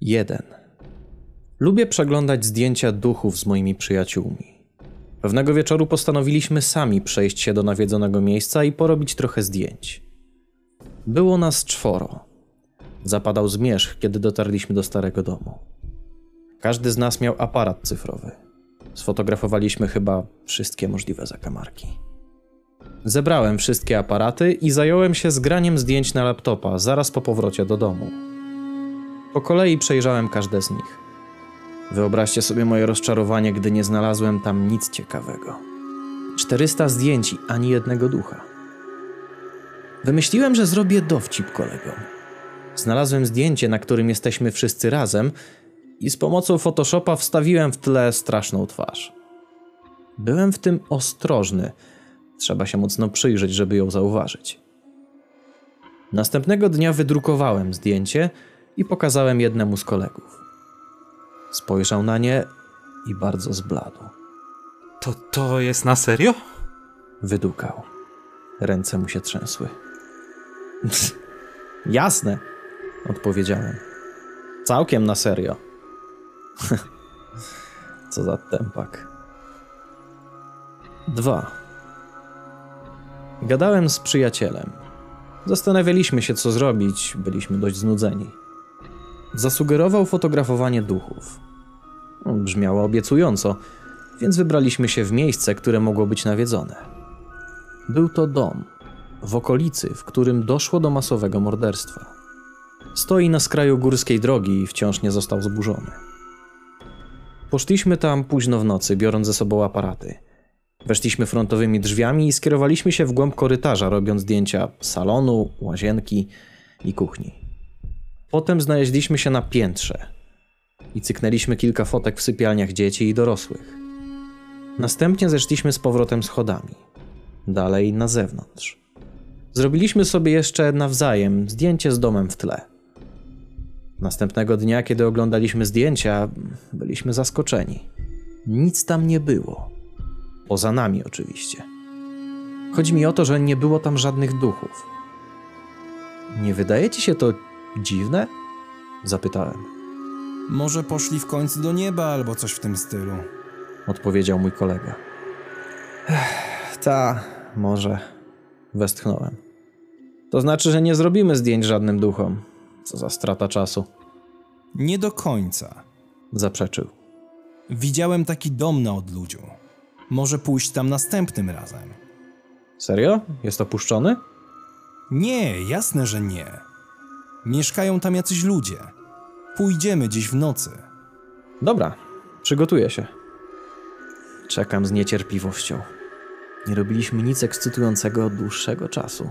1. Lubię przeglądać zdjęcia duchów z moimi przyjaciółmi. Pewnego wieczoru postanowiliśmy sami przejść się do nawiedzonego miejsca i porobić trochę zdjęć. Było nas 4. Zapadał zmierzch, kiedy dotarliśmy do starego domu. Każdy z nas miał aparat cyfrowy. Sfotografowaliśmy chyba wszystkie możliwe zakamarki. Zebrałem wszystkie aparaty i zająłem się zgraniem zdjęć na laptopa zaraz po powrocie do domu. Po kolei przejrzałem każde z nich. Wyobraźcie sobie moje rozczarowanie, gdy nie znalazłem tam nic ciekawego. 400 zdjęć i ani jednego ducha. Wymyśliłem, że zrobię dowcip kolegom. Znalazłem zdjęcie, na którym jesteśmy wszyscy razem i z pomocą Photoshopa wstawiłem w tle straszną twarz. Byłem w tym ostrożny. Trzeba się mocno przyjrzeć, żeby ją zauważyć. Następnego dnia wydrukowałem zdjęcie i pokazałem jednemu z kolegów. Spojrzał na nie i bardzo zbladł. To jest na serio? Wydukał. Ręce mu się trzęsły. Jasne, odpowiedziałem. Całkiem na serio. Co za tempak. 2. Gadałem z przyjacielem. Zastanawialiśmy się, co zrobić, byliśmy dość znudzeni. Zasugerował fotografowanie duchów. Brzmiało obiecująco, więc wybraliśmy się w miejsce, które mogło być nawiedzone. Był to dom, w okolicy, w którym doszło do masowego morderstwa. Stoi na skraju górskiej drogi i wciąż nie został zburzony. Poszliśmy tam późno w nocy, biorąc ze sobą aparaty. Weszliśmy frontowymi drzwiami i skierowaliśmy się w głąb korytarza, robiąc zdjęcia salonu, łazienki i kuchni. Potem znaleźliśmy się na piętrze i cyknęliśmy kilka fotek w sypialniach dzieci i dorosłych. Następnie zeszliśmy z powrotem schodami. Dalej na zewnątrz. Zrobiliśmy sobie jeszcze nawzajem zdjęcie z domem w tle. Następnego dnia, kiedy oglądaliśmy zdjęcia, byliśmy zaskoczeni. Nic tam nie było. Poza nami oczywiście. Chodzi mi o to, że nie było tam żadnych duchów. Nie wydaje ci się to dziwne? Zapytałem. Może poszli w końcu do nieba albo coś w tym stylu. Odpowiedział mój kolega. Ta, może. Westchnąłem. To znaczy, że nie zrobimy zdjęć żadnym duchom. Co za strata czasu. Nie do końca. Zaprzeczył. Widziałem taki dom na odludziu. Może pójść tam następnym razem. Serio? Jest opuszczony? Nie, jasne, że nie. Mieszkają tam jacyś ludzie. Pójdziemy dziś w nocy. Dobra, przygotuję się. Czekam z niecierpliwością. Nie robiliśmy nic ekscytującego od dłuższego czasu.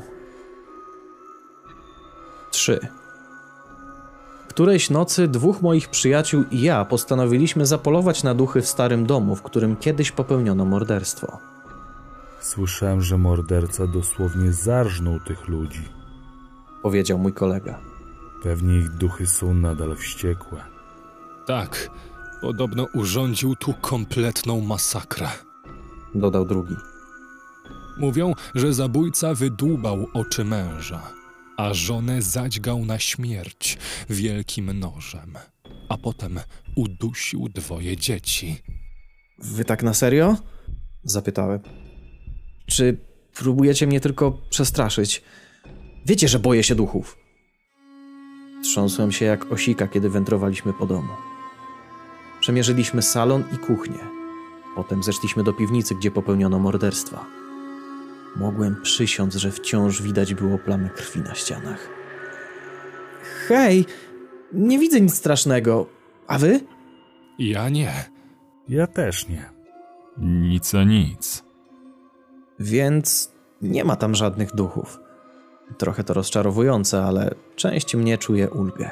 3. Którejś nocy 2 moich przyjaciół i ja postanowiliśmy zapolować na duchy w starym domu, w którym kiedyś popełniono morderstwo. Słyszałem, że morderca dosłownie zarżnął tych ludzi. Powiedział mój kolega. Pewnie ich duchy są nadal wściekłe. Tak, podobno urządził tu kompletną masakrę. Dodał drugi. Mówią, że zabójca wydłubał oczy męża, a żonę zadźgał na śmierć wielkim nożem, a potem udusił 2 dzieci. Wy tak na serio? Zapytałem. Czy próbujecie mnie tylko przestraszyć? Wiecie, że boję się duchów. Trząsłem się jak osika, kiedy wędrowaliśmy po domu. Przemierzyliśmy salon i kuchnię. Potem zeszliśmy do piwnicy, gdzie popełniono morderstwa. Mogłem przysiąc, że wciąż widać było plamy krwi na ścianach. Hej, nie widzę nic strasznego. A wy? Ja nie. Ja też nie. Nic a nic. Więc nie ma tam żadnych duchów. Trochę to rozczarowujące, ale część mnie czuje ulgę.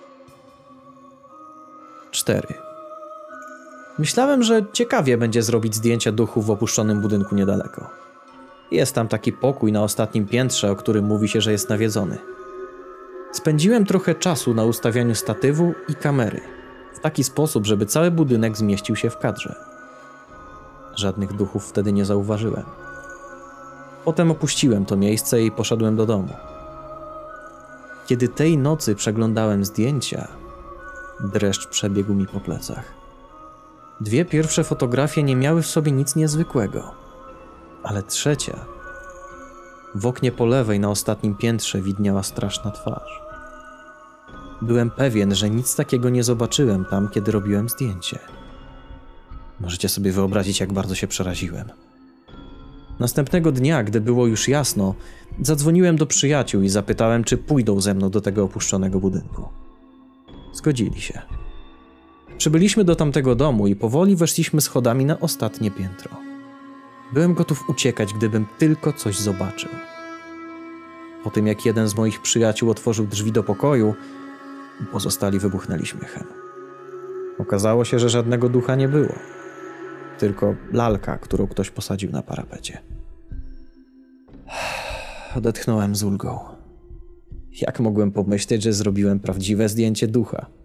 4. Myślałem, że ciekawie będzie zrobić zdjęcia duchów w opuszczonym budynku niedaleko. Jest tam taki pokój na ostatnim piętrze, o którym mówi się, że jest nawiedzony. Spędziłem trochę czasu na ustawianiu statywu i kamery, w taki sposób, żeby cały budynek zmieścił się w kadrze. Żadnych duchów wtedy nie zauważyłem. Potem opuściłem to miejsce i poszedłem do domu. Kiedy tej nocy przeglądałem zdjęcia, Dreszcz przebiegł mi po plecach. 2 pierwsze fotografie nie miały w sobie nic niezwykłego, ale trzecia... W oknie po lewej na ostatnim piętrze widniała straszna twarz. Byłem pewien, że nic takiego nie zobaczyłem tam, kiedy robiłem zdjęcie. Możecie sobie wyobrazić, jak bardzo się przeraziłem. Następnego dnia, gdy było już jasno, zadzwoniłem do przyjaciół i zapytałem, czy pójdą ze mną do tego opuszczonego budynku. Zgodzili się. Przybyliśmy do tamtego domu i powoli weszliśmy schodami na ostatnie piętro. Byłem gotów uciekać, gdybym tylko coś zobaczył. Po tym, jak jeden z moich przyjaciół otworzył drzwi do pokoju, pozostali wybuchnęli śmiechem. Okazało się, że żadnego ducha nie było. Tylko lalka, którą ktoś posadził na parapecie. Odetchnąłem z ulgą. Jak mogłem pomyśleć, że zrobiłem prawdziwe zdjęcie ducha?